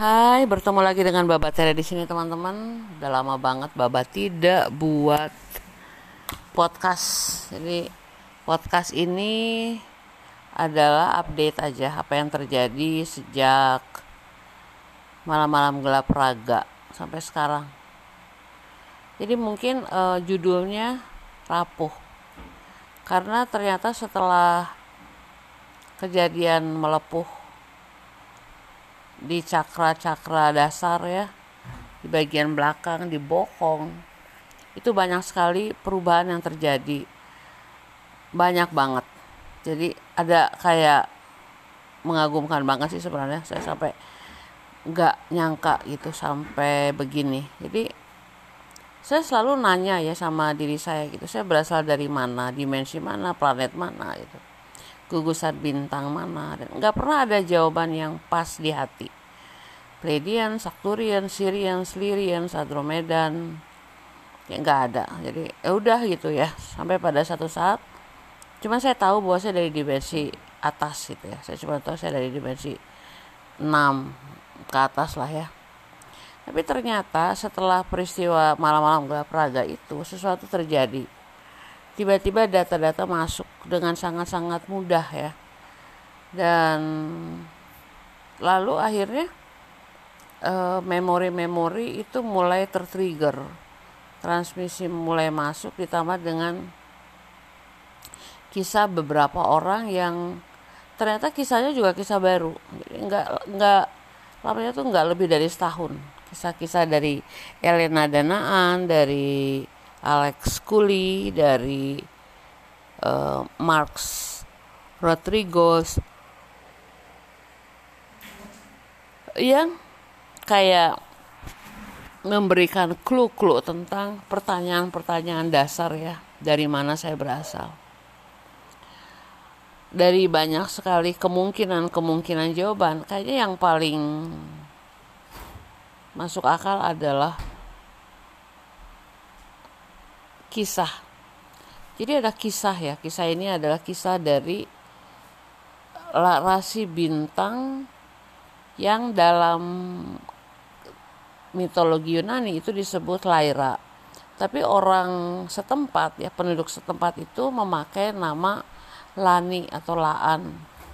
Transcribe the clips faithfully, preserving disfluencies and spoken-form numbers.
Hai, bertemu lagi dengan Baba Tere di sini teman-teman. Udah lama banget Baba tidak buat podcast. Jadi podcast ini adalah update aja apa yang terjadi sejak malam-malam gelap raga sampai sekarang. Jadi mungkin uh, judulnya rapuh. Karena ternyata setelah kejadian melepuh di cakra-cakra dasar ya, di bagian belakang, di bokong, itu banyak sekali perubahan yang terjadi, banyak banget. Jadi ada kayak mengagumkan banget sih sebenarnya. Saya sampai nggak nyangka gitu sampai begini. Jadi saya selalu nanya ya sama diri saya gitu, saya berasal dari mana, dimensi mana, planet mana gitu, gugusan bintang mana, dan nggak pernah ada jawaban yang pas di hati. Pleiadian, Arcturian, Sirian, Lyrian, Andromedan, ya nggak ada. Jadi ya udah gitu ya. Sampai pada satu saat, cuma saya tahu bahwa saya dari dimensi atas gitu ya. Saya cuma tahu saya dari dimensi enam ke atas lah ya. Tapi ternyata setelah peristiwa malam-malam gelap raga itu, sesuatu terjadi. Tiba-tiba data-data masuk dengan sangat-sangat mudah ya. Dan lalu akhirnya uh, memori-memori itu mulai tertrigger. Transmisi mulai masuk ditambah dengan kisah beberapa orang yang ternyata kisahnya juga kisah baru. Jadi enggak enggak lamanya tuh enggak lebih dari setahun. Kisah-kisah dari Elena Danaan, dari Alex Cooley, dari uh, Mark Rodriguez, yang kayak memberikan clue-clue tentang pertanyaan-pertanyaan dasar ya, dari mana saya berasal. Dari banyak sekali kemungkinan-kemungkinan jawaban, kayaknya yang paling masuk akal adalah kisah. Jadi ada kisah ya, kisah ini adalah kisah dari rasi bintang yang dalam mitologi Yunani itu disebut Lyra. Tapi orang setempat ya, penduduk setempat itu memakai nama Lani atau Laan.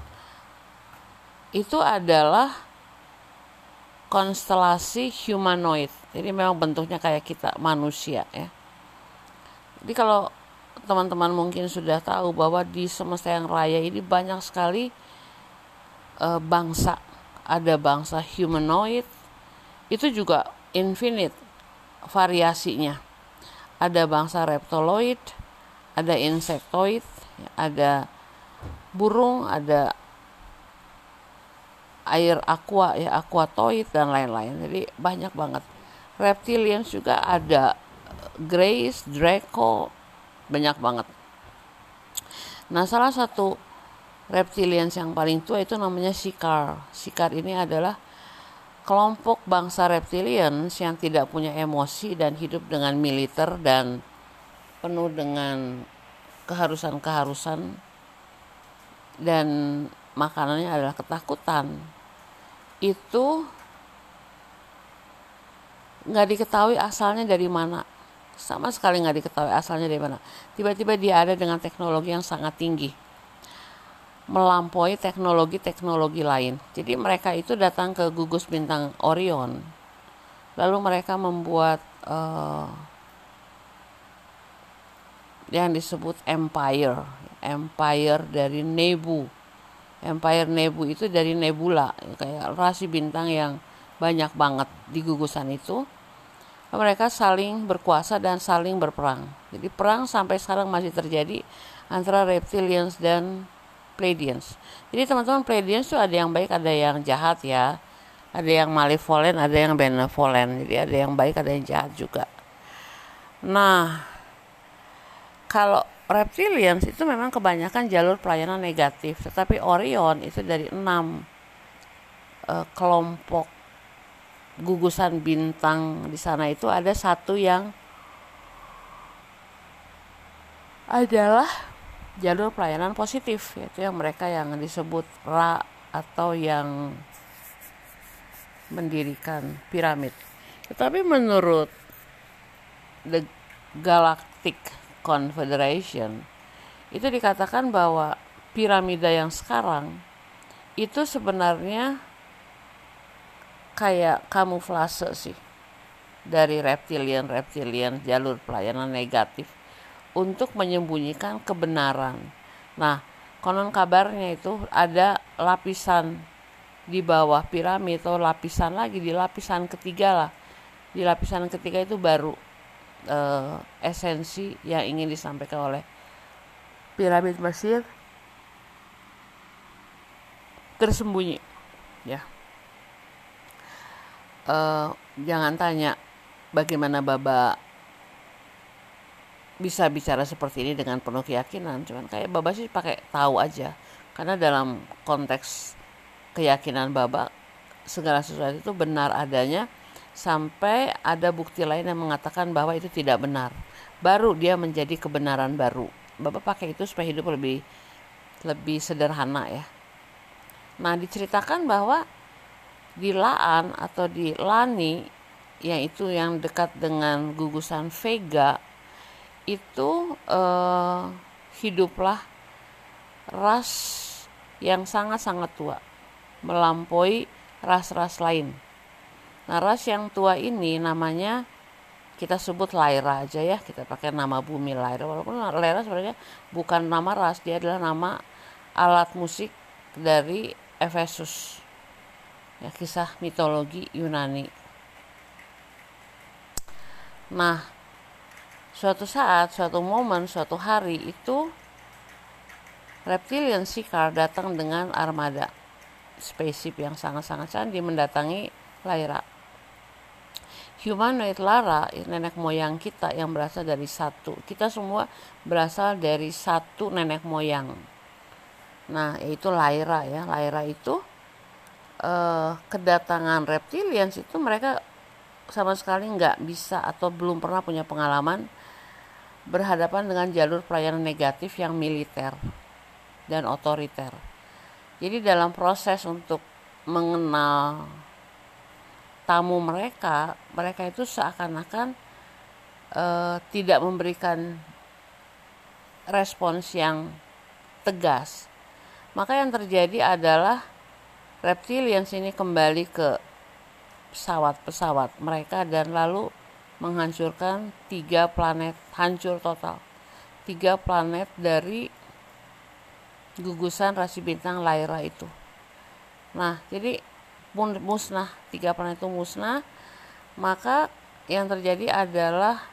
Itu adalah konstelasi humanoid. Jadi memang bentuknya kayak kita manusia ya. Jadi kalau teman-teman mungkin sudah tahu bahwa di semesta yang raya ini banyak sekali e, bangsa. Ada bangsa humanoid, itu juga infinite variasinya. Ada bangsa reptoloid, ada insektoid, ada burung, ada air aqua ya, aquatoid dan lain-lain. Jadi banyak banget. Reptilians juga ada, Grace, Draco, banyak banget. Nah, salah satu reptilians yang paling tua itu namanya Shikar. Shikar ini adalah kelompok bangsa reptilians yang tidak punya emosi dan hidup dengan militer dan penuh dengan keharusan-keharusan, dan makanannya adalah ketakutan. Itu nggak diketahui asalnya dari mana, sama sekali nggak diketahui asalnya dari mana. Tiba-tiba dia ada dengan teknologi yang sangat tinggi, melampaui teknologi-teknologi lain. Jadi mereka itu datang ke gugus bintang Orion, lalu mereka membuat uh, yang disebut Empire, Empire dari Nebu. Empire Nebu itu dari nebula, kayak rasi bintang yang banyak banget di gugusan itu. Mereka saling berkuasa dan saling berperang. Jadi perang sampai sekarang masih terjadi antara reptilians dan Pleiadians. Jadi teman-teman, Pleiadians itu ada yang baik, ada yang jahat ya. Ada yang malevolent, ada yang benevolent. Jadi ada yang baik, ada yang jahat juga. Nah, kalau reptilians itu memang kebanyakan jalur pelayanan negatif. Tetapi Orion itu dari enam uh, kelompok gugusan bintang di sana itu ada satu yang adalah jalur pelayanan positif, yaitu yang mereka yang disebut Ra atau yang mendirikan piramid. Tetapi menurut The Galactic Confederation itu dikatakan bahwa piramida yang sekarang itu sebenarnya kayak kamuflase sih dari reptilian-reptilian jalur pelayanan negatif untuk menyembunyikan kebenaran. Nah, konon kabarnya itu ada lapisan di bawah piramid atau lapisan lagi di lapisan ketiga lah. Di lapisan ketiga itu baru eh, esensi yang ingin disampaikan oleh piramid Mesir tersembunyi, ya. Eh, jangan tanya bagaimana Baba bisa bicara seperti ini dengan penuh keyakinan, cuman kayak Baba sih pakai tahu aja, karena dalam konteks keyakinan Baba segala sesuatu itu benar adanya sampai ada bukti lain yang mengatakan bahwa itu tidak benar, baru dia menjadi kebenaran baru. Baba pakai itu supaya hidup lebih lebih sederhana, ya. Nah, diceritakan bahwa di Laan atau di Lani, yaitu yang dekat dengan gugusan Vega, itu eh, hiduplah ras yang sangat-sangat tua, melampaui ras-ras lain. Nah, ras yang tua ini namanya kita sebut Lyra aja, ya, kita pakai nama bumi Lyra, walaupun Lyra sebenarnya bukan nama ras, dia adalah nama alat musik dari Efesus, ya, kisah mitologi Yunani. Nah, suatu saat, suatu momen, suatu hari itu reptilian Sikar datang dengan armada spaceship yang sangat-sangat canggih mendatangi Lyra. Humanoid Lara, nenek moyang kita yang berasal dari satu. Kita semua berasal dari satu nenek moyang. Nah, yaitu Lyra, ya. Lyra itu eh, kedatangan reptilians itu mereka sama sekali nggak bisa atau belum pernah punya pengalaman berhadapan dengan jalur pelayanan negatif yang militer dan otoriter. Jadi dalam proses untuk mengenal tamu mereka, mereka itu seakan-akan eh, tidak memberikan respons yang tegas. Maka yang terjadi adalah reptilians ini kembali ke pesawat-pesawat mereka dan lalu menghancurkan tiga planet, hancur total. Tiga planet dari gugusan rasi bintang Lyra itu. Nah, jadi musnah, tiga planet itu musnah. Maka yang terjadi adalah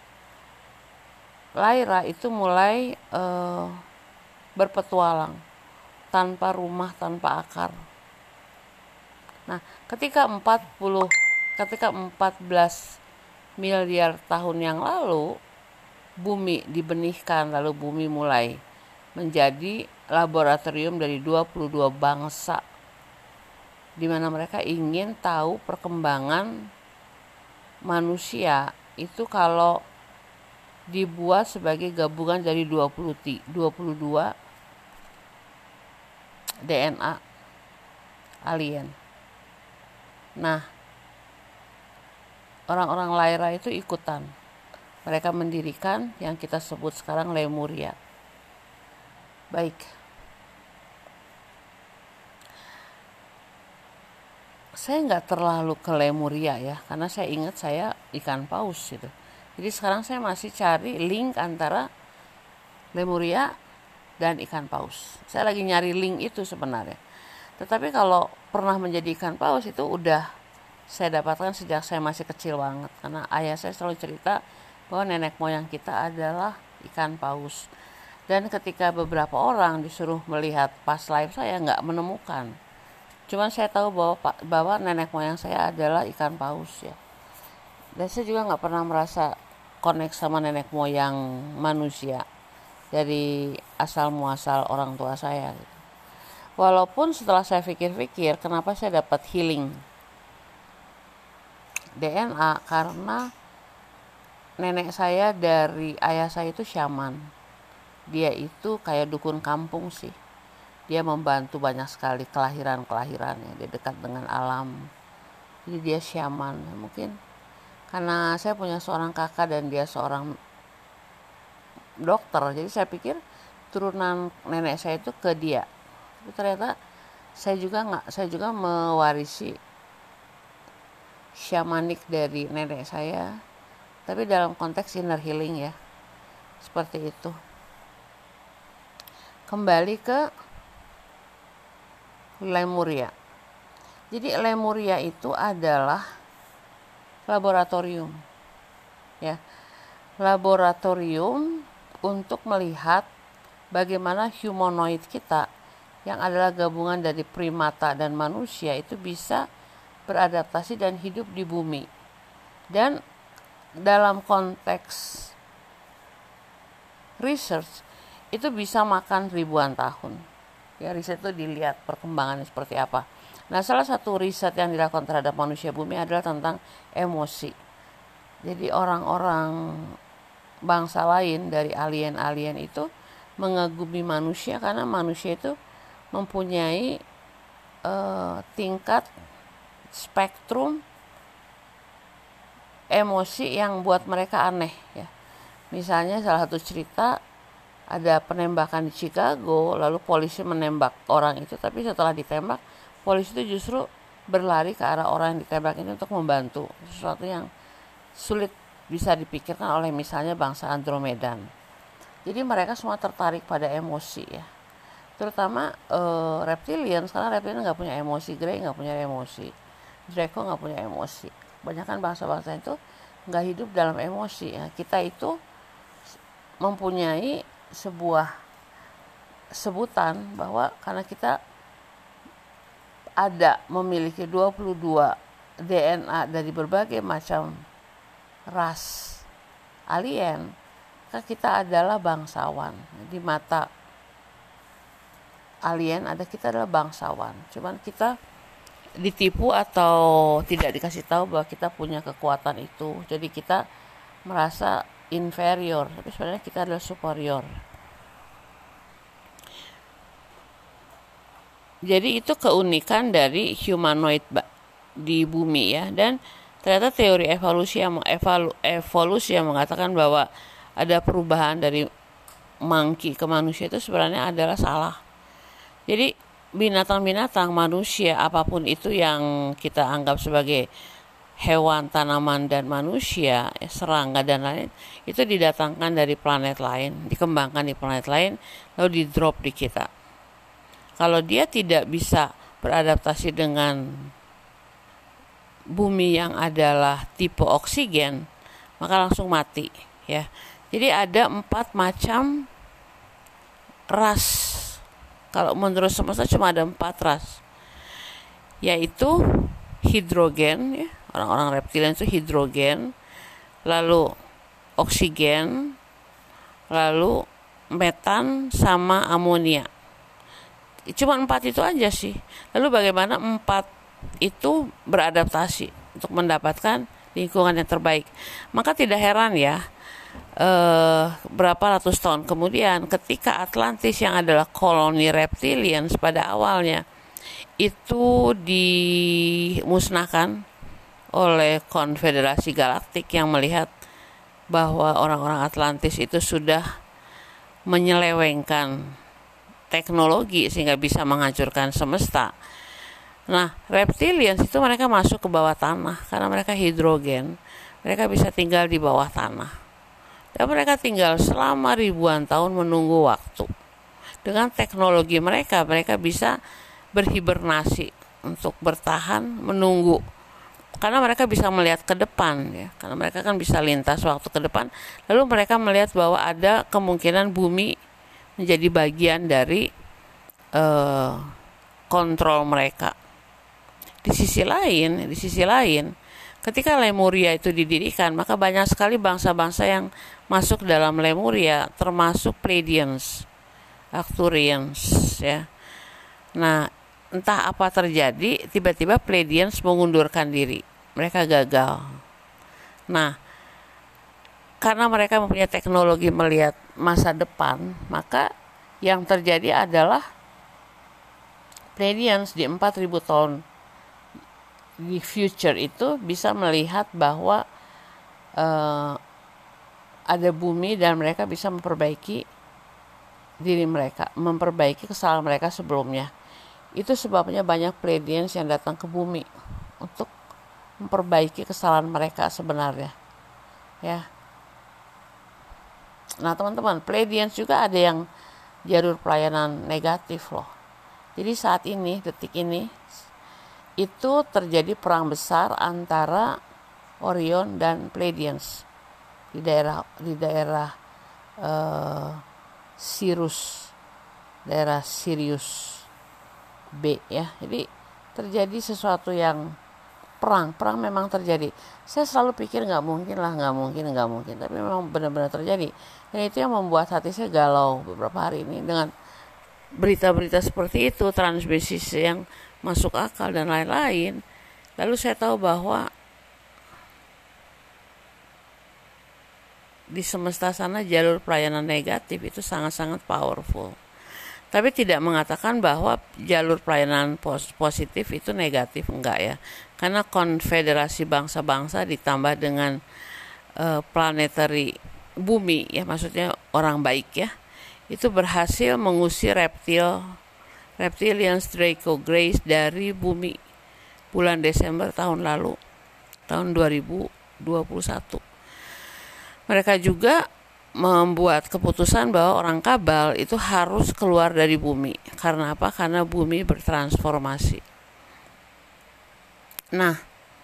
Lyra itu mulai eh, berpetualang tanpa rumah, tanpa akar. Nah, ketika empat puluh ketika empat belas miliar tahun yang lalu bumi dibenihkan, lalu bumi mulai menjadi laboratorium dari dua puluh dua bangsa di mana mereka ingin tahu perkembangan manusia itu kalau dibuat sebagai gabungan dari dua puluh dua D N A alien. Nah, orang-orang Lyra itu ikutan. Mereka mendirikan yang kita sebut sekarang Lemuria. Baik. Saya nggak terlalu ke Lemuria, ya, karena saya ingat saya ikan paus gitu. Jadi sekarang saya masih cari link antara Lemuria dan ikan paus. Saya lagi nyari link itu sebenarnya. Tetapi kalau pernah menjadi ikan paus itu udah saya dapatkan sejak saya masih kecil banget. Karena ayah saya selalu cerita bahwa nenek moyang kita adalah ikan paus. Dan ketika beberapa orang disuruh melihat past life saya nggak menemukan. Cuman saya tahu bahwa bahwa nenek moyang saya adalah ikan paus, ya. Dan saya juga nggak pernah merasa connect sama nenek moyang manusia dari asal muasal orang tua saya. Walaupun setelah saya pikir-pikir, kenapa saya dapat healing D N A, karena nenek saya dari ayah saya itu syaman. Dia itu kayak dukun kampung sih. Dia membantu banyak sekali kelahiran-kelahirannya. Dia dekat dengan alam. jadi dia syaman. Mungkin karena saya punya seorang kakak dan dia seorang dokter, jadi saya pikir turunan nenek saya itu ke dia. Tapi ternyata saya juga nggak, saya juga mewarisi syamanik dari nenek saya, tapi dalam konteks inner healing ya, seperti itu. Kembali ke Lemuria. Jadi Lemuria itu adalah laboratorium, ya, laboratorium untuk melihat bagaimana humanoid kita yang adalah gabungan dari primata dan manusia itu bisa beradaptasi dan hidup di bumi. Dan dalam konteks research itu bisa makan ribuan tahun. Ya, riset itu dilihat perkembangannya seperti apa. Nah, salah satu riset yang dilakukan terhadap manusia bumi adalah tentang emosi. Jadi orang-orang bangsa lain dari alien-alien itu mengagumi manusia karena manusia itu mempunyai uh, tingkat spektrum emosi yang buat mereka aneh ya. Misalnya salah satu cerita ada penembakan di Chicago, lalu polisi menembak orang itu, tapi setelah ditembak polisi itu justru berlari ke arah orang yang ditembak itu untuk membantu, sesuatu yang sulit bisa dipikirkan oleh misalnya bangsa Andromedan. Jadi mereka semua tertarik pada emosi ya, terutama uh, reptilian. Karena reptilian nggak punya emosi, Grey nggak punya emosi, Draco nggak punya emosi. Kebanyakan bangsa-bangsa itu nggak hidup dalam emosi ya. Kita itu mempunyai sebuah sebutan bahwa karena kita ada memiliki dua puluh dua D N A dari berbagai macam ras alien, maka kita adalah bangsawan. Di mata alien ada kita adalah bangsawan. Cuman kita ditipu atau tidak dikasih tahu bahwa kita punya kekuatan itu. Jadi kita merasa inferior, tapi sebenarnya kita adalah superior. Jadi itu keunikan dari humanoid di bumi ya. Dan ternyata teori evolusi yang evalu, evolusi yang mengatakan bahwa ada perubahan dari monkey ke manusia itu sebenarnya adalah salah. Jadi binatang-binatang, manusia, apapun itu yang kita anggap sebagai hewan, tanaman, dan manusia, serangga dan lain, itu didatangkan dari planet lain, dikembangkan di planet lain, lalu di drop di kita. Kalau dia tidak bisa beradaptasi dengan bumi yang adalah tipe oksigen, maka langsung mati ya. Jadi ada empat macam ras. Kalau menurut semesta cuma ada empat ras, yaitu hidrogen ya, orang-orang reptilian itu hidrogen, lalu oksigen, lalu metan sama amonia. Cuma empat itu aja sih. Lalu bagaimana empat itu beradaptasi untuk mendapatkan lingkungan yang terbaik? Maka tidak heran ya, eh, berapa ratus tahun kemudian ketika Atlantis yang adalah koloni reptilians pada awalnya itu dimusnahkan oleh Konfederasi Galaktik yang melihat bahwa orang-orang Atlantis itu sudah menyelewengkan teknologi sehingga bisa menghancurkan semesta. Nah, reptilians itu mereka masuk ke bawah tanah karena mereka hidrogen. Mereka bisa tinggal di bawah tanah. Dan mereka tinggal selama ribuan tahun menunggu waktu. Dengan teknologi mereka, mereka bisa berhibernasi untuk bertahan menunggu. Karena mereka bisa melihat ke depan ya. Karena mereka kan bisa lintas waktu ke depan. Lalu mereka melihat bahwa ada kemungkinan bumi menjadi bagian dari uh, kontrol mereka. Di sisi lain, di sisi lain, ketika Lemuria itu didirikan, maka banyak sekali bangsa-bangsa yang masuk dalam Lemuria, termasuk Pleiadians, Arcturians, ya. Nah, entah apa terjadi, tiba-tiba Pleiadians mengundurkan diri, mereka gagal. Nah, karena mereka mempunyai teknologi melihat masa depan, maka yang terjadi adalah Pleiadians di empat ribu tahun di future itu bisa melihat bahwa uh, ada bumi dan mereka bisa memperbaiki diri mereka, memperbaiki kesalahan mereka sebelumnya. Itu sebabnya banyak Pleiadians yang datang ke bumi untuk memperbaiki kesalahan mereka sebenarnya, ya. Nah teman-teman, Pleiadians juga ada yang jalur pelayanan negatif loh. Jadi saat ini, detik ini, itu terjadi perang besar antara Orion dan Pleiadians di daerah di daerah uh, Sirius, daerah Sirius B ya. Jadi terjadi sesuatu yang perang, perang memang terjadi. Saya selalu pikir nggak mungkin lah, nggak mungkin, nggak mungkin, tapi memang benar-benar terjadi. Dan itu yang membuat hati saya galau beberapa hari ini dengan berita-berita seperti itu, transmisi yang masuk akal dan lain-lain. Lalu saya tahu bahwa di semesta sana jalur pelayanan negatif itu sangat-sangat powerful. Tapi tidak mengatakan bahwa jalur pelayanan pos- positif itu negatif, enggak ya. Karena konfederasi bangsa-bangsa ditambah dengan uh, planetary bumi ya, maksudnya orang baik ya, itu berhasil mengusir reptil reptilians Draco Grace dari bumi bulan Desember tahun lalu, tahun dua ribu dua puluh satu. Mereka juga membuat keputusan bahwa orang Kabal itu harus keluar dari bumi. Karena apa? Karena bumi bertransformasi. Nah,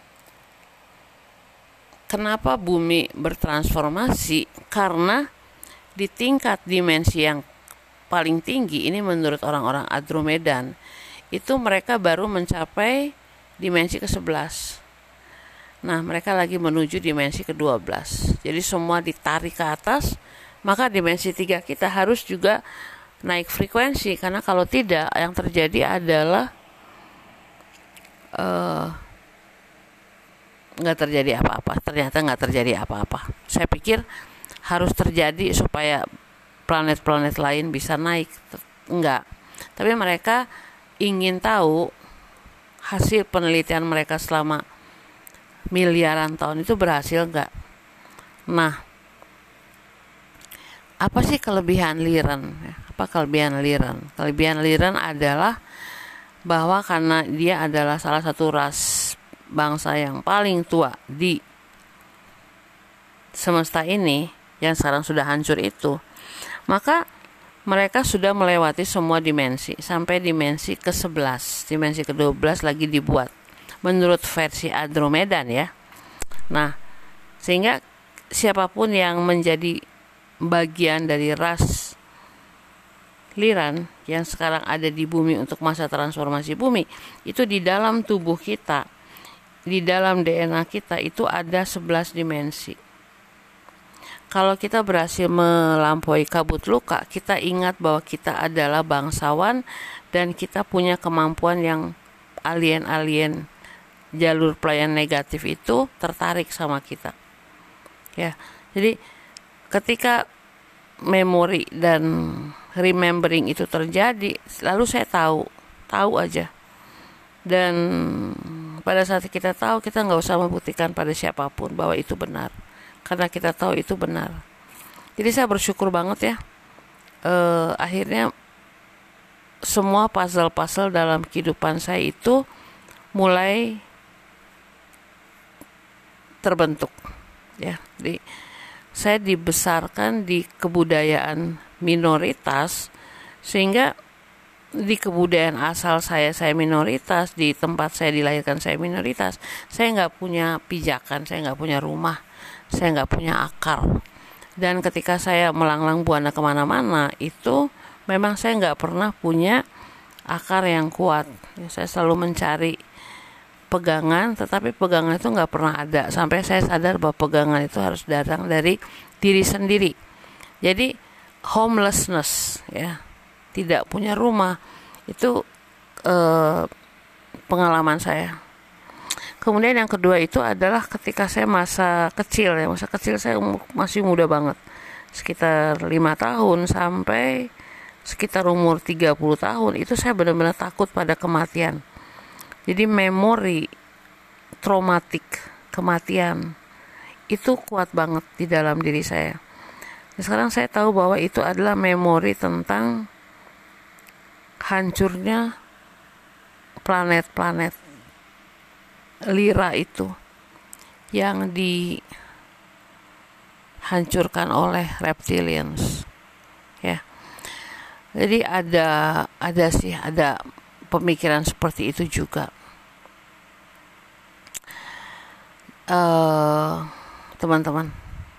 kenapa bumi bertransformasi? Karena di tingkat dimensi yang paling tinggi, ini menurut orang-orang Andromedan, itu mereka baru mencapai dimensi ke sebelas. Nah, mereka lagi menuju dimensi ke dua belas. Jadi semua ditarik ke atas, maka dimensi tiga kita harus juga naik frekuensi. Karena kalau tidak, yang terjadi adalah uh, nggak terjadi apa-apa. Ternyata nggak terjadi apa-apa. Saya pikir harus terjadi supaya planet-planet lain bisa naik. Enggak. Tapi mereka ingin tahu hasil penelitian mereka selama miliaran tahun itu berhasil enggak. Nah, apa sih kelebihan Lyran? Apa kelebihan Lyran? Kelebihan Lyran adalah bahwa karena dia adalah salah satu ras bangsa yang paling tua di semesta ini, yang sekarang sudah hancur itu, maka mereka sudah melewati semua dimensi sampai dimensi ke sebelas, dimensi ke dua belas lagi dibuat menurut versi Andromedan ya. Nah, sehingga siapapun yang menjadi bagian dari ras Lyran yang sekarang ada di bumi untuk masa transformasi bumi, itu di dalam tubuh kita, di dalam D N A kita itu ada sebelas dimensi. Kalau kita berhasil melampaui kabut luka, kita ingat bahwa kita adalah bangsawan dan kita punya kemampuan yang alien-alien jalur pelayanan negatif itu tertarik sama kita. Ya, jadi ketika memori dan remembering itu terjadi, lalu saya tahu, tahu aja. Dan pada saat kita tahu, kita nggak usah membuktikan pada siapapun bahwa itu benar, karena kita tahu itu benar. Jadi saya bersyukur banget ya. E, akhirnya semua puzzle-puzzle dalam kehidupan saya itu mulai terbentuk ya. Jadi saya dibesarkan di kebudayaan minoritas, sehingga di kebudayaan asal saya saya minoritas, di tempat saya dilahirkan saya minoritas. Saya nggak punya pijakan, saya nggak punya rumah, saya nggak punya akar. Dan ketika saya melanglang buana kemana-mana, itu memang saya nggak pernah punya akar yang kuat. Saya selalu mencari pegangan, tetapi pegangan itu nggak pernah ada. Sampai saya sadar bahwa pegangan itu harus datang dari diri sendiri. Jadi homelessness ya, tidak punya rumah, itu eh, pengalaman saya. Kemudian yang kedua itu adalah ketika saya masa kecil ya, masa kecil saya masih muda banget, sekitar lima tahun sampai sekitar umur tiga puluh tahun, itu saya benar-benar takut pada kematian. Jadi memori traumatik, kematian, itu kuat banget di dalam diri saya. Dan sekarang saya tahu bahwa itu adalah memori tentang hancurnya planet-planet Lyra itu yang dihancurkan oleh reptilians, ya. Jadi ada ada sih ada pemikiran seperti itu juga. Uh, teman-teman,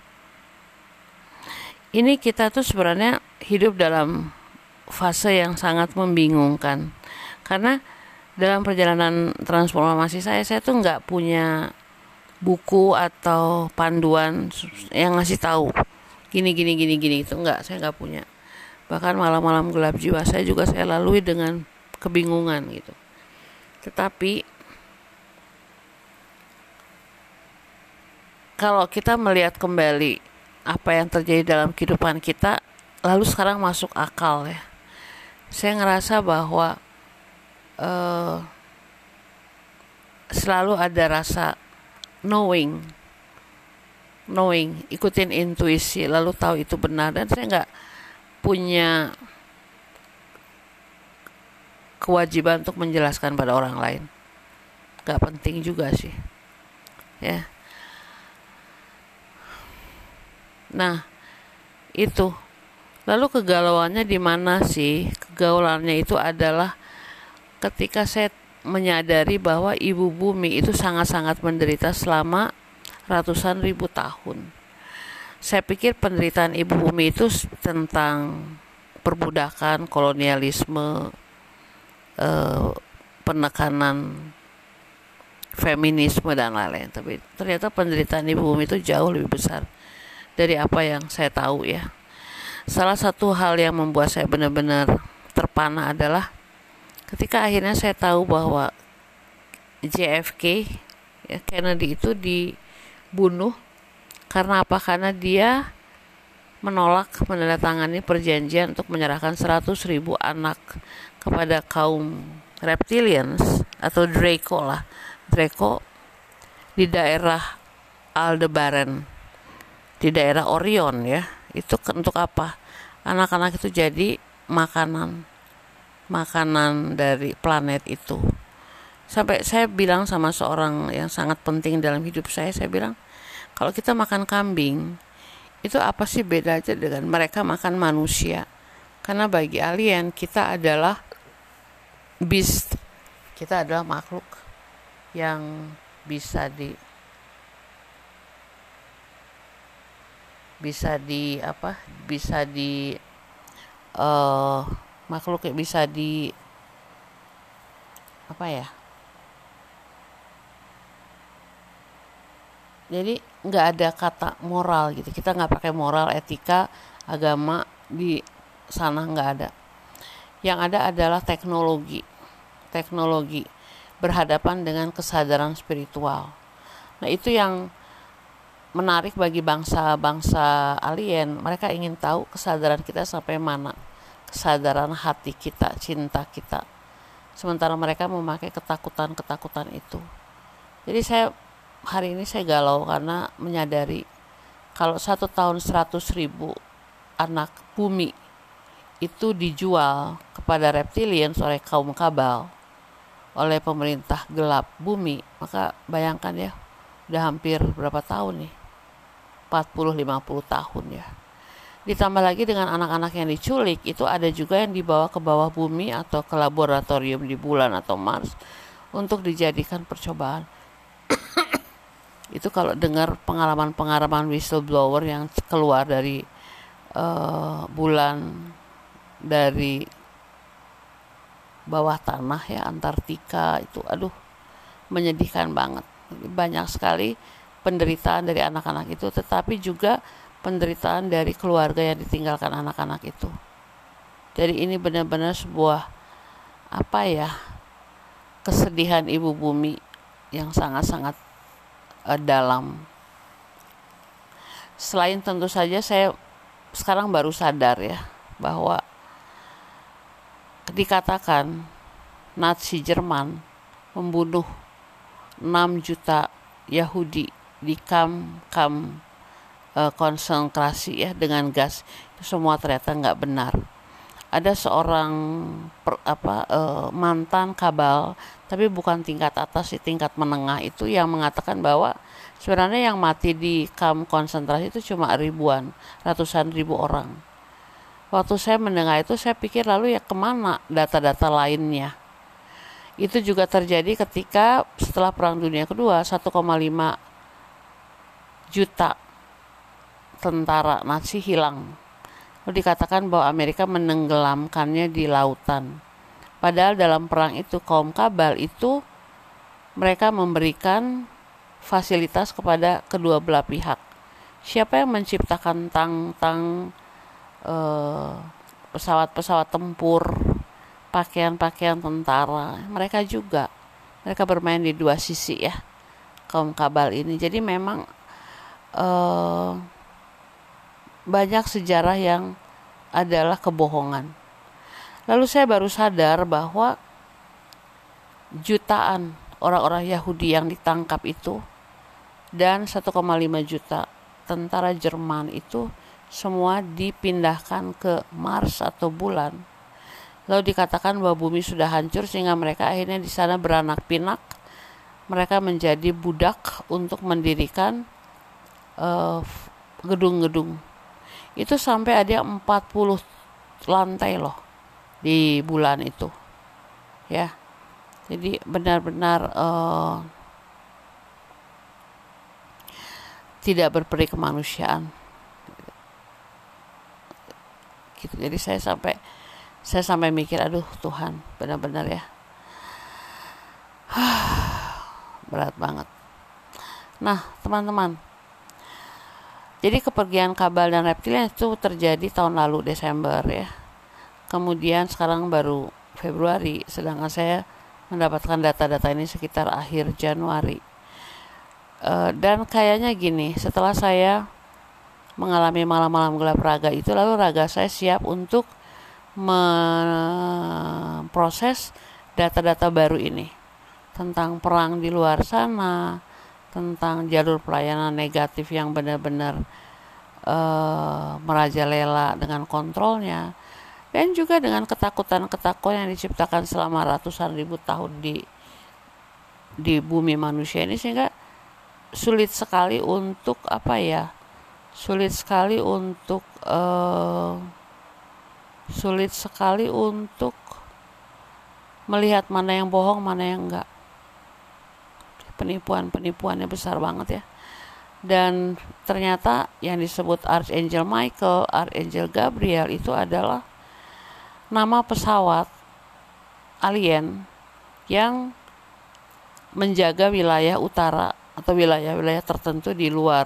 ini kita tuh sebenarnya hidup dalam fase yang sangat membingungkan, karena dalam perjalanan transformasi saya, saya tuh nggak punya buku atau panduan yang ngasih tahu gini gini gini gini itu nggak, saya nggak punya. Bahkan malam-malam gelap jiwa saya juga saya lalui dengan kebingungan gitu. Tetapi kalau kita melihat kembali apa yang terjadi dalam kehidupan kita, lalu sekarang masuk akal ya. Saya ngerasa bahwa Uh, selalu ada rasa knowing, knowing, ikutin intuisi, lalu tahu itu benar, dan saya nggak punya kewajiban untuk menjelaskan pada orang lain. Nggak penting juga sih, ya. Nah, itu. Lalu kegalauannya di mana sih? Kegalauannya itu adalah ketika saya menyadari bahwa ibu bumi itu sangat-sangat menderita selama ratusan ribu tahun. Saya pikir penderitaan ibu bumi itu tentang perbudakan, kolonialisme, eh, penekanan feminisme dan lain-lain. Tapi ternyata penderitaan ibu bumi itu jauh lebih besar dari apa yang saya tahu ya. Salah satu hal yang membuat saya benar-benar terpana adalah ketika akhirnya saya tahu bahwa J F K, ya, Kennedy itu dibunuh karena apa? Karena dia menolak menandatangani perjanjian untuk menyerahkan seratus ribu anak kepada kaum reptilians atau Draco lah, Draco di daerah Aldebaran, di daerah Orion ya. Itu untuk apa? Anak-anak itu jadi makanan makanan dari planet itu. Sampai saya bilang sama seorang yang sangat penting dalam hidup saya, saya bilang, kalau kita makan kambing, itu apa sih beda aja dengan mereka makan manusia? Karena bagi alien, kita adalah beast. Kita adalah makhluk yang bisa di bisa di apa? Bisa di uh, makhluk yang bisa di apa ya, jadi nggak ada kata moral gitu, kita nggak pakai moral, etika, agama di sana nggak ada. Yang ada adalah teknologi teknologi berhadapan dengan kesadaran spiritual. Nah itu yang menarik bagi bangsa-bangsa alien. Mereka ingin tahu kesadaran kita sampai mana, kesadaran hati kita, cinta kita. Sementara mereka memakai ketakutan-ketakutan itu. Jadi saya hari ini saya galau karena menyadari kalau satu tahun seratus ribu anak bumi itu dijual kepada reptilian oleh kaum kabal, oleh pemerintah gelap bumi, maka bayangkan ya, udah hampir berapa tahun nih, empat puluh sampai lima puluh tahun ya. Ditambah lagi dengan anak-anak yang diculik, itu ada juga yang dibawa ke bawah bumi atau ke laboratorium di bulan atau Mars untuk dijadikan percobaan. Itu kalau dengar pengalaman-pengalaman whistleblower yang keluar dari uh, bulan, dari bawah tanah ya, Antartika itu, aduh, menyedihkan banget. Banyak sekali penderitaan dari anak-anak itu, tetapi juga penderitaan dari keluarga yang ditinggalkan anak-anak itu. Jadi ini benar-benar sebuah apa ya, kesedihan ibu bumi yang sangat-sangat uh, dalam. Selain tentu saja saya sekarang baru sadar ya bahwa dikatakan Nazi Jerman membunuh enam juta Yahudi di kamp-kamp e, konsentrasi ya dengan gas. Itu semua ternyata nggak benar. Ada seorang per, apa e, mantan kabal, tapi bukan tingkat atas, tingkat menengah itu, yang mengatakan bahwa sebenarnya yang mati di kamp konsentrasi itu cuma ribuan, ratusan ribu orang. Waktu saya mendengar itu, saya pikir lalu ya kemana data-data lainnya. Itu juga terjadi ketika setelah Perang Dunia Kedua, satu koma lima juta tentara Nazi hilang. Lalu dikatakan bahwa Amerika menenggelamkannya di lautan. Padahal dalam perang itu kaum kabal itu mereka memberikan fasilitas kepada kedua belah pihak. Siapa yang menciptakan tang-tang, eh, pesawat-pesawat tempur, pakaian-pakaian tentara? Mereka juga. Mereka bermain di dua sisi ya, kaum kabal ini. Jadi memang eh, banyak sejarah yang adalah kebohongan. Lalu saya baru sadar bahwa jutaan orang-orang Yahudi yang ditangkap itu dan satu koma lima juta tentara Jerman itu semua dipindahkan ke Mars atau bulan. Lalu dikatakan bahwa bumi sudah hancur sehingga mereka akhirnya di sana beranak pinak. Mereka menjadi budak untuk mendirikan uh, gedung-gedung. Itu sampai ada empat puluh lantai loh di bulan itu. Ya. Jadi benar-benar uh, tidak berperi kemanusiaan. Gitu. Jadi saya sampai saya sampai mikir, aduh Tuhan, benar-benar ya. Berat banget. Nah, teman-teman. Jadi kepergian kabal dan reptilian itu terjadi tahun lalu Desember ya. Kemudian sekarang baru Februari, sedangkan saya mendapatkan data-data ini sekitar akhir Januari. E, dan kayaknya gini, setelah saya mengalami malam-malam gelap raga itu, lalu raga saya siap untuk memproses data-data baru ini tentang perang di luar sana, tentang jalur pelayanan negatif yang benar-benar uh, merajalela dengan kontrolnya, dan juga dengan ketakutan-ketakutan yang diciptakan selama ratusan ribu tahun di di bumi manusia ini, sehingga sulit sekali untuk apa ya sulit sekali untuk uh, sulit sekali untuk melihat mana yang bohong, mana yang enggak. Penipuan-penipuannya besar banget ya. Dan ternyata yang disebut Archangel Michael, Archangel Gabriel itu adalah nama pesawat alien yang menjaga wilayah utara atau wilayah-wilayah tertentu di luar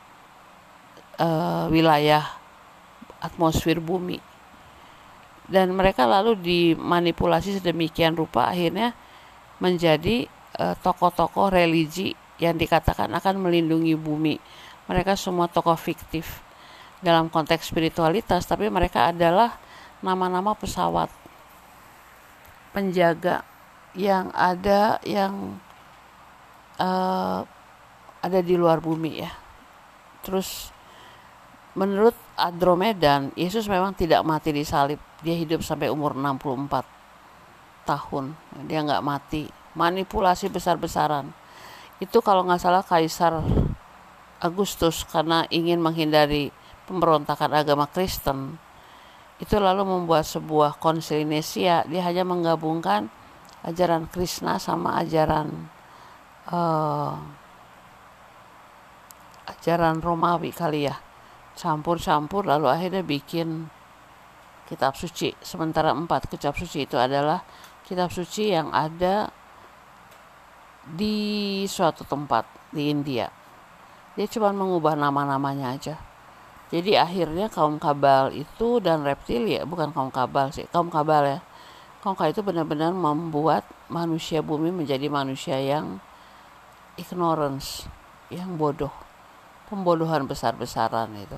uh, wilayah atmosfer bumi. Dan mereka lalu dimanipulasi sedemikian rupa akhirnya menjadi tokoh-tokoh religi yang dikatakan akan melindungi bumi. Mereka semua tokoh fiktif dalam konteks spiritualitas, tapi mereka adalah nama-nama pesawat penjaga yang ada yang uh, ada di luar bumi ya. Terus menurut Andromedan, Yesus memang tidak mati di salib. Dia hidup sampai umur enam puluh empat tahun. Dia nggak mati. Manipulasi besar-besaran. Itu kalau nggak salah Kaisar Agustus, karena ingin menghindari pemberontakan agama Kristen, itu lalu membuat sebuah konsil Nisia. Dia hanya menggabungkan ajaran Krishna sama ajaran uh, ajaran Romawi kali ya, campur-campur, lalu akhirnya bikin kitab suci. Sementara empat kitab suci itu adalah kitab suci yang ada di suatu tempat di India. Dia cuma mengubah nama-namanya aja. Jadi akhirnya kaum kabal itu dan reptilia, bukan kaum kabal sih, kaum kabal ya. Kaum kabal itu benar-benar membuat manusia bumi menjadi manusia yang ignorance, yang bodoh. Pembodohan besar-besaran itu.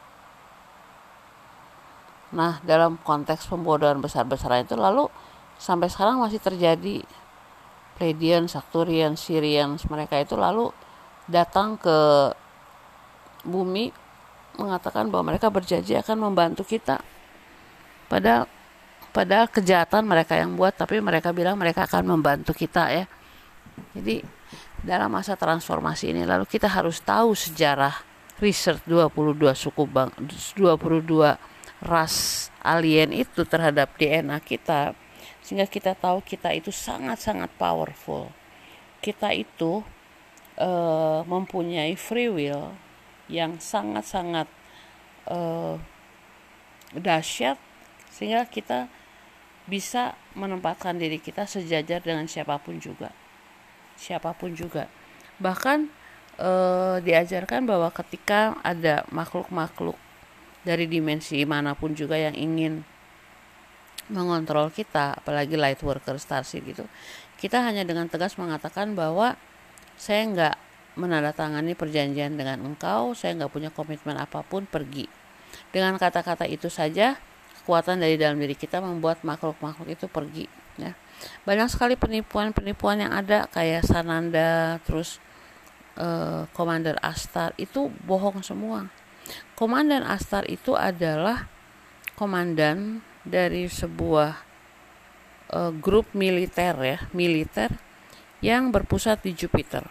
Nah, dalam konteks pembodohan besar-besaran itu lalu sampai sekarang masih terjadi Pleiadians, Arcturians, Sirians, mereka itu lalu datang ke bumi mengatakan bahwa mereka berjanji akan membantu kita. Padahal padahal kejahatan mereka yang buat, tapi mereka bilang mereka akan membantu kita ya. Jadi dalam masa transformasi ini lalu kita harus tahu sejarah research dua puluh dua suku bang, dua puluh dua ras alien itu terhadap D N A kita, sehingga kita tahu kita itu sangat-sangat powerful. Kita itu uh, mempunyai free will yang sangat-sangat uh, dahsyat, sehingga kita bisa menempatkan diri kita sejajar dengan siapapun juga. Siapapun juga. Bahkan eh, diajarkan bahwa ketika ada makhluk-makhluk dari dimensi manapun juga yang ingin mengontrol kita, apalagi light worker, starship gitu, kita hanya dengan tegas mengatakan bahwa saya nggak menandatangani perjanjian dengan engkau, saya nggak punya komitmen apapun, pergi. Dengan kata-kata itu saja, kekuatan dari dalam diri kita membuat makhluk-makhluk itu pergi ya. Banyak sekali penipuan-penipuan yang ada, kayak Sananda, terus eh, Komandan Astar, itu bohong semua. Komandan Astar itu adalah komandan dari sebuah eh, grup militer ya, militer yang berpusat di Jupiter.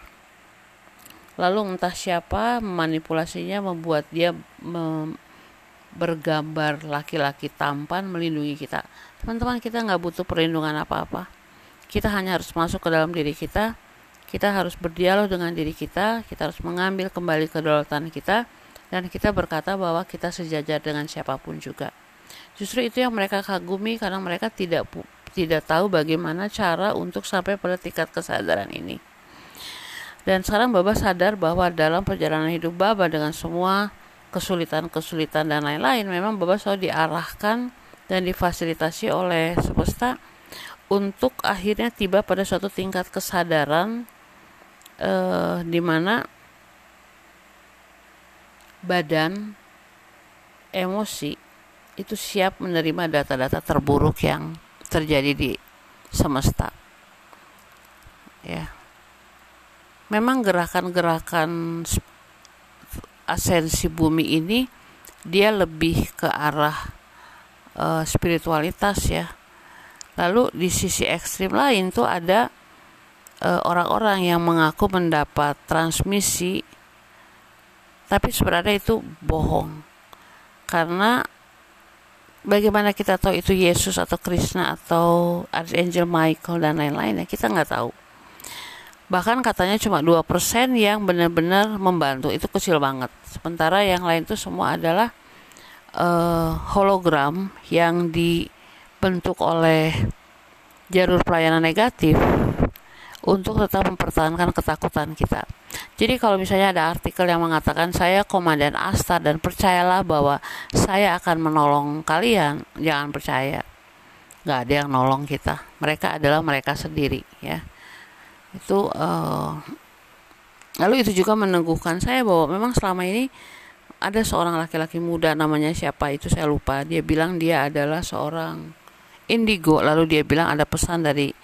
Lalu entah siapa memanipulasinya, membuat dia mem- bergambar laki-laki tampan melindungi kita. Teman-teman, kita nggak butuh perlindungan apa-apa. Kita hanya harus masuk ke dalam diri kita. Kita harus berdialog dengan diri kita. Kita harus mengambil kembali kedaulatan kita, dan kita berkata bahwa kita sejajar dengan siapapun juga. Justru itu yang mereka kagumi, karena mereka tidak tidak tahu bagaimana cara untuk sampai pada tingkat kesadaran ini. Dan sekarang Baba sadar bahwa dalam perjalanan hidup Baba dengan semua kesulitan-kesulitan dan lain-lain, memang Baba selalu diarahkan dan difasilitasi oleh semesta untuk akhirnya tiba pada suatu tingkat kesadaran eh, di mana badan, emosi itu siap menerima data-data terburuk yang terjadi di semesta. Ya, memang gerakan-gerakan asensi bumi ini dia lebih ke arah uh, spiritualitas ya. Lalu di sisi ekstrim lain tuh ada uh, orang-orang yang mengaku mendapat transmisi, tapi sebenarnya itu bohong. Karena bagaimana kita tahu itu Yesus atau Krishna atau Archangel Michael dan lain-lain ya, kita nggak tahu. Bahkan katanya cuma dua persen yang benar-benar membantu, itu kecil banget. Sementara yang lain itu semua adalah uh, hologram yang dibentuk oleh jalur pelayanan negatif untuk tetap mempertahankan ketakutan kita. Jadi kalau misalnya ada artikel yang mengatakan saya Komandan Astar dan percayalah bahwa saya akan menolong kalian, jangan percaya. Gak ada yang nolong kita. Mereka adalah mereka sendiri ya. Itu uh, lalu itu juga meneguhkan saya bahwa memang selama ini ada seorang laki-laki muda, namanya siapa itu saya lupa, dia bilang dia adalah seorang indigo. Lalu dia bilang ada pesan dari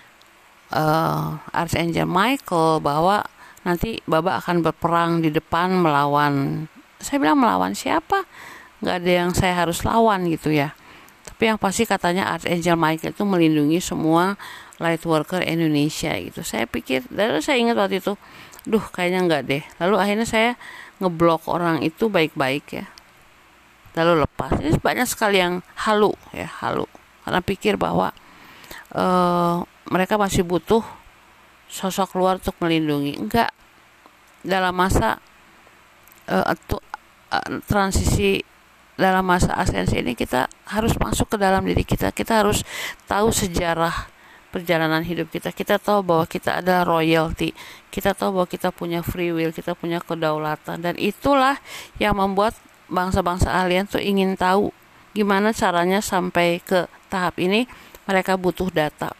uh, Archangel Michael bahwa nanti Baba akan berperang di depan melawan. Saya bilang melawan siapa? Gak ada yang saya harus lawan gitu ya. Tapi yang pasti katanya Archangel Michael itu melindungi semua light worker Indonesia gitu. Saya pikir, lalu saya ingat waktu itu, duh kayaknya enggak deh. Lalu akhirnya saya ngeblok orang itu baik-baik ya. Lalu lepas. Ini banyak sekali yang halu ya, halu. Karena pikir bahwa uh, mereka masih butuh sosok luar untuk melindungi. Enggak. Dalam masa uh,atu, uh, transisi, dalam masa asensi ini kita harus masuk ke dalam diri kita. Kita harus tahu sejarah perjalanan hidup kita. Kita tahu bahwa kita adalah royalty. Kita tahu bahwa kita punya free will, kita punya kedaulatan. Dan itulah yang membuat bangsa-bangsa alien tuh ingin tahu gimana caranya sampai ke tahap ini. Mereka butuh data.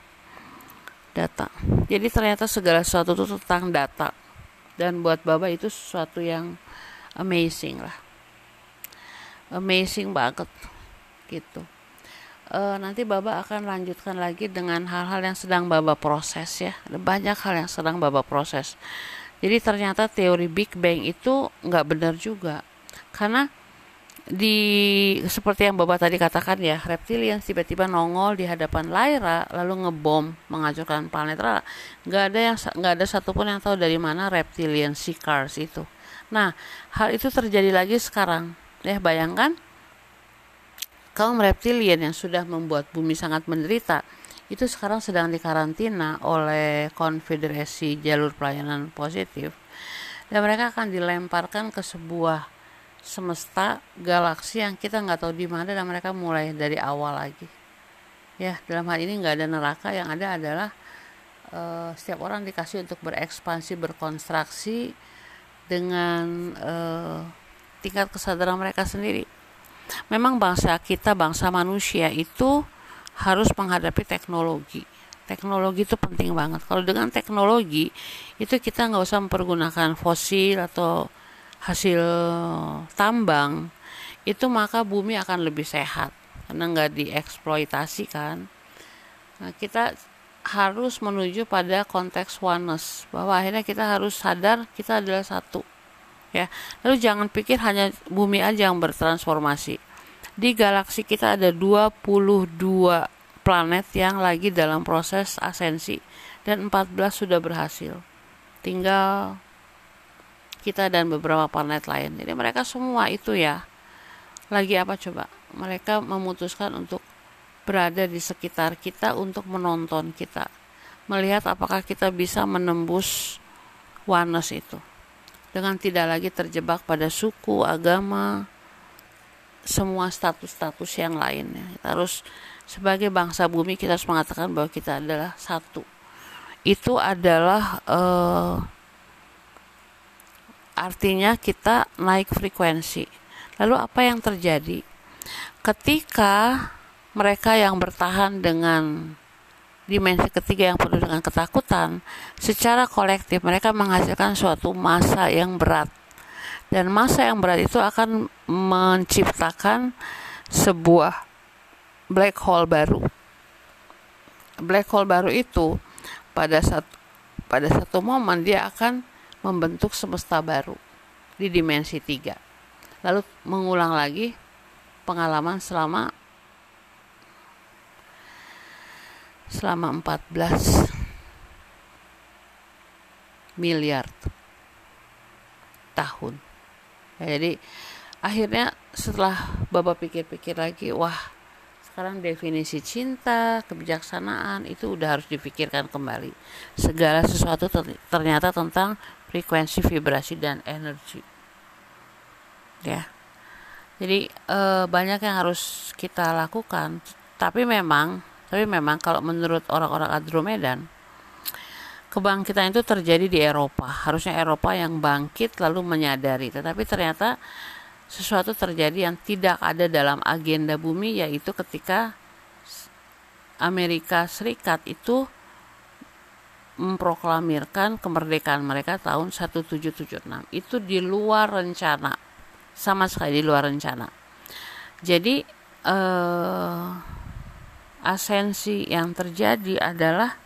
Data. Jadi ternyata segala sesuatu itu tentang data. Dan buat Baba itu sesuatu yang amazing lah. Amazing banget gitu. uh, nanti Baba akan lanjutkan lagi dengan hal-hal yang sedang Baba proses ya. Ada banyak hal yang sedang Baba proses. Jadi ternyata teori Big Bang itu nggak benar juga, karena di seperti yang Baba tadi katakan ya, reptilian tiba-tiba nongol di hadapan Lyra lalu ngebom menghancurkan planet Rara. Nggak ada yang nggak ada satupun yang tahu dari mana reptilian seekers itu. Nah, hal itu terjadi lagi sekarang. Ya, bayangkan kaum reptilian yang sudah membuat bumi sangat menderita itu sekarang sedang dikarantina oleh Konfederasi Jalur Pelayanan Positif, dan mereka akan dilemparkan ke sebuah semesta galaksi yang kita nggak tahu di mana, dan mereka mulai dari awal lagi. Ya, dalam hal ini nggak ada neraka, yang ada adalah uh, setiap orang dikasih untuk berekspansi, berkonstruksi dengan uh, tingkat kesadaran mereka sendiri. Memang bangsa kita, bangsa manusia itu harus menghadapi teknologi. Teknologi itu penting banget. Kalau dengan teknologi itu kita nggak usah mempergunakan fosil atau hasil tambang, itu maka bumi akan lebih sehat karena nggak dieksploitasi kan. Nah, kita harus menuju pada konteks oneness, bahwa akhirnya kita harus sadar kita adalah satu ya. Lalu jangan pikir hanya bumi aja yang bertransformasi. Di galaksi kita ada dua puluh dua planet yang lagi dalam proses asensi, dan empat belas sudah berhasil. Tinggal kita dan beberapa planet lain. Jadi mereka semua itu ya, lagi apa coba? Mereka memutuskan untuk berada di sekitar kita untuk menonton kita, melihat apakah kita bisa menembus oneness itu dengan tidak lagi terjebak pada suku, agama, semua status-status yang lainnya. Kita harus sebagai bangsa bumi, kita harus mengatakan bahwa kita adalah satu. Itu adalah uh, artinya kita naik frekuensi. Lalu apa yang terjadi ketika mereka yang bertahan dengan dimensi ketiga yang penuh dengan ketakutan, secara kolektif mereka menghasilkan suatu massa yang berat, dan massa yang berat itu akan menciptakan sebuah black hole baru. Black hole baru itu pada satu pada satu momen dia akan membentuk semesta baru di dimensi tiga, lalu mengulang lagi pengalaman selama selama empat belas miliar tahun. Ya, jadi akhirnya setelah Bapak pikir-pikir lagi, wah sekarang definisi cinta, kebijaksanaan itu udah harus dipikirkan kembali. Segala sesuatu ternyata tentang frekuensi, vibrasi, dan energi. Ya, jadi e, banyak yang harus kita lakukan. Tapi memang, tapi memang kalau menurut orang-orang Andromedan, kebangkitan itu terjadi di Eropa. Harusnya Eropa yang bangkit lalu menyadari. Tetapi ternyata sesuatu terjadi yang tidak ada dalam agenda bumi, yaitu ketika Amerika Serikat itu memproklamirkan kemerdekaan mereka tahun seribu tujuh ratus tujuh puluh enam. Itu di luar rencana, sama sekali di luar rencana. Jadi eh, asensi yang terjadi adalah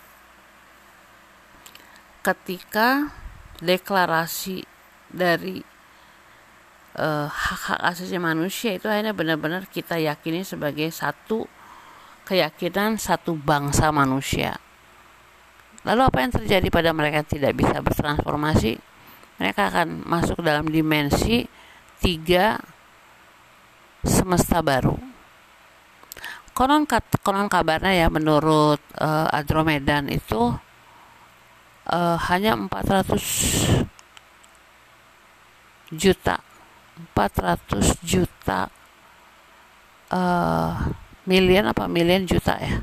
ketika deklarasi dari eh, hak-hak asasi manusia itu akhirnya benar-benar kita yakini sebagai satu keyakinan satu bangsa manusia. Lalu apa yang terjadi pada mereka yang tidak bisa bertransformasi? Mereka akan masuk dalam dimensi tiga semesta baru. Konon, konon kabarnya ya, menurut uh, Andromedan itu uh, hanya empat ratus juta empat ratus juta uh, miliar apa miliar juta ya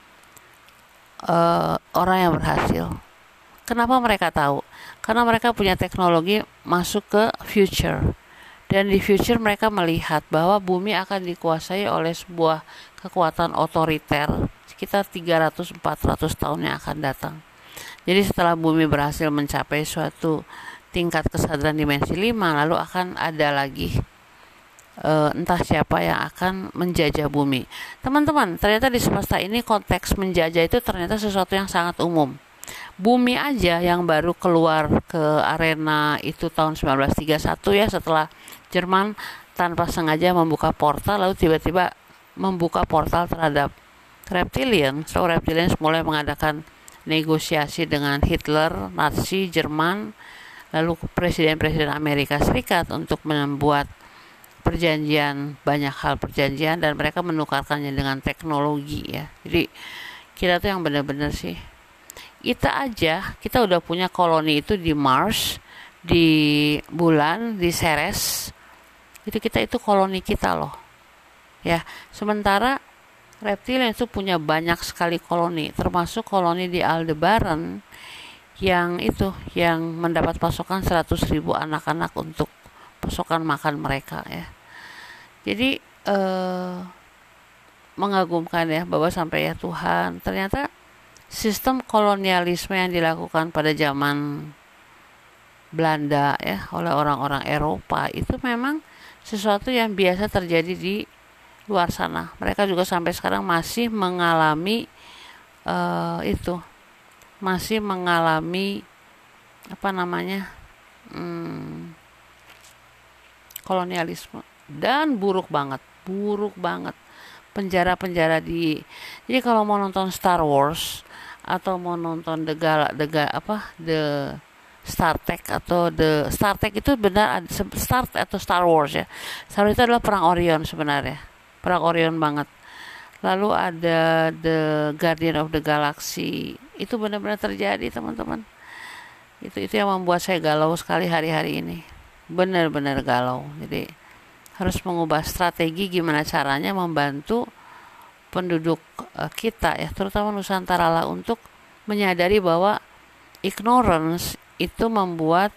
Uh, orang yang berhasil. Kenapa mereka tahu? Karena mereka punya teknologi masuk ke future, dan di future mereka melihat bahwa bumi akan dikuasai oleh sebuah kekuatan otoriter sekitar tiga ratus sampai empat ratus tahun yang akan datang. Jadi setelah bumi berhasil mencapai suatu tingkat kesadaran dimensi lima, lalu akan ada lagi uh, entah siapa yang akan menjajah bumi. Teman-teman, ternyata di semesta ini konteks menjajah itu ternyata sesuatu yang sangat umum. Bumi aja yang baru keluar ke arena itu tahun sembilan belas tiga puluh satu ya, setelah Jerman tanpa sengaja membuka portal, lalu tiba-tiba membuka portal terhadap reptilian. So reptilians mulai mengadakan negosiasi dengan Hitler, Nazi, Jerman, lalu presiden-presiden Amerika Serikat untuk membuat perjanjian, banyak hal perjanjian, dan mereka menukarkannya dengan teknologi ya. Jadi kita tuh yang benar-benar sih, kita aja kita udah punya koloni itu di Mars, di bulan, di Ceres. Itu kita itu koloni kita loh. Ya, sementara reptilian itu punya banyak sekali koloni, termasuk koloni di Aldebaran yang itu yang mendapat pasokan seratus ribu anak-anak untuk pasokan makan mereka ya. Jadi eh, mengagumkan ya bahwa sampai ya Tuhan, ternyata sistem kolonialisme yang dilakukan pada zaman Belanda ya oleh orang-orang Eropa itu memang sesuatu yang biasa terjadi di luar sana. Mereka juga sampai sekarang masih mengalami uh, itu, masih mengalami apa namanya hmm, kolonialisme, dan buruk banget, buruk banget penjara-penjara di. Jadi kalau mau nonton Star Wars atau mau nonton The Gal, The Gal, apa The Star Trek atau The Star Trek itu benar ada Star atau Star Wars ya. Star Wars itu adalah perang Orion sebenarnya. Perang Orion banget. Lalu ada The Guardian of the Galaxy. Itu benar-benar terjadi, teman-teman. Itu itu yang membuat saya galau sekali hari-hari ini. Benar-benar galau. Jadi harus mengubah strategi gimana caranya membantu penduduk uh, kita ya, terutama Nusantara lah, untuk menyadari bahwa ignorance itu membuat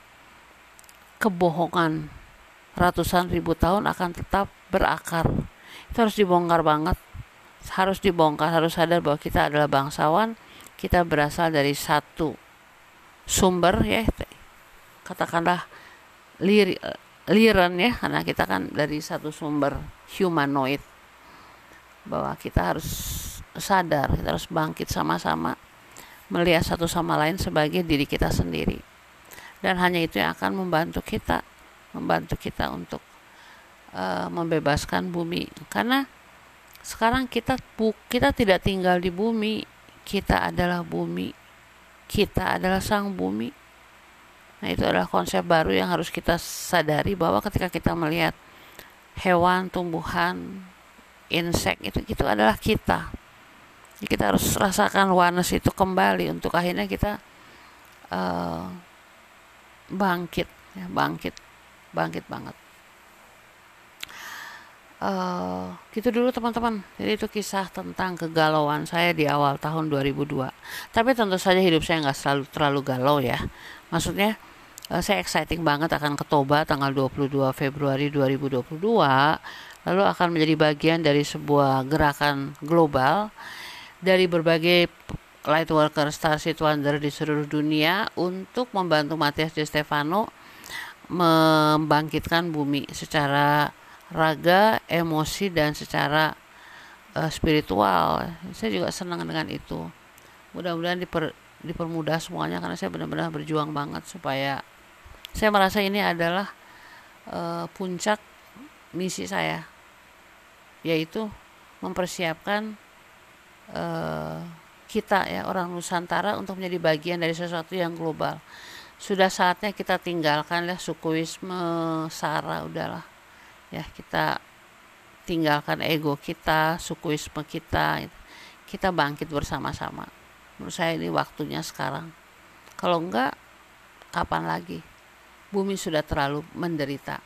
kebohongan ratusan ribu tahun akan tetap berakar. Itu harus dibongkar banget, harus dibongkar, harus sadar bahwa kita adalah bangsawan, kita berasal dari satu sumber ya, katakanlah lir, liran ya, karena kita kan dari satu sumber humanoid, bahwa kita harus sadar, kita harus bangkit sama-sama, melihat satu sama lain sebagai diri kita sendiri, dan hanya itu yang akan membantu kita, membantu kita untuk Uh, membebaskan bumi. Karena sekarang kita bu, kita tidak tinggal di bumi, kita adalah bumi, kita adalah sang bumi. Nah, itu adalah konsep baru yang harus kita sadari, bahwa ketika kita melihat hewan, tumbuhan, insek, itu itu adalah kita. Jadi kita harus rasakan oneness itu kembali untuk akhirnya kita uh, bangkit, ya, bangkit, bangkit banget. Uh, gitu dulu teman-teman. Jadi itu kisah tentang kegalauan saya di awal tahun dua ribu dua. Tapi tentu saja hidup saya nggak selalu terlalu galau ya. Maksudnya uh, saya exciting banget akan ke Toba tanggal dua puluh dua Februari dua ribu dua puluh dua. Lalu akan menjadi bagian dari sebuah gerakan global dari berbagai light worker, starseed wonder di seluruh dunia untuk membantu Matias De Stefano membangkitkan bumi secara raga, emosi, dan secara uh, spiritual. Saya juga senang dengan itu. Mudah-mudahan diper, dipermudah semuanya, karena saya benar-benar berjuang banget supaya saya merasa ini adalah uh, puncak misi saya, yaitu mempersiapkan uh, kita ya, orang Nusantara, untuk menjadi bagian dari sesuatu yang global. Sudah saatnya kita tinggalkanlah sukuisme, sara, udahlah. Ya, kita tinggalkan ego kita, sukuisme kita, kita bangkit bersama-sama. Menurut saya ini waktunya sekarang. Kalau enggak, kapan lagi? Bumi sudah terlalu menderita.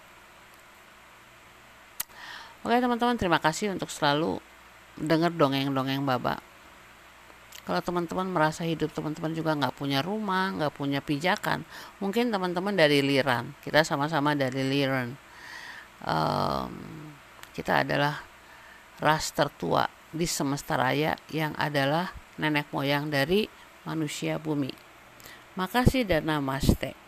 Oke teman-teman, terima kasih untuk selalu dengar dongeng-dongeng Baba. Kalau teman-teman merasa hidup teman-teman juga nggak punya rumah, nggak punya pijakan, mungkin teman-teman dari Liran, kita sama-sama dari Liran. Um, kita adalah ras tertua di semesta raya yang adalah nenek moyang dari manusia bumi. Makasih dan namaste.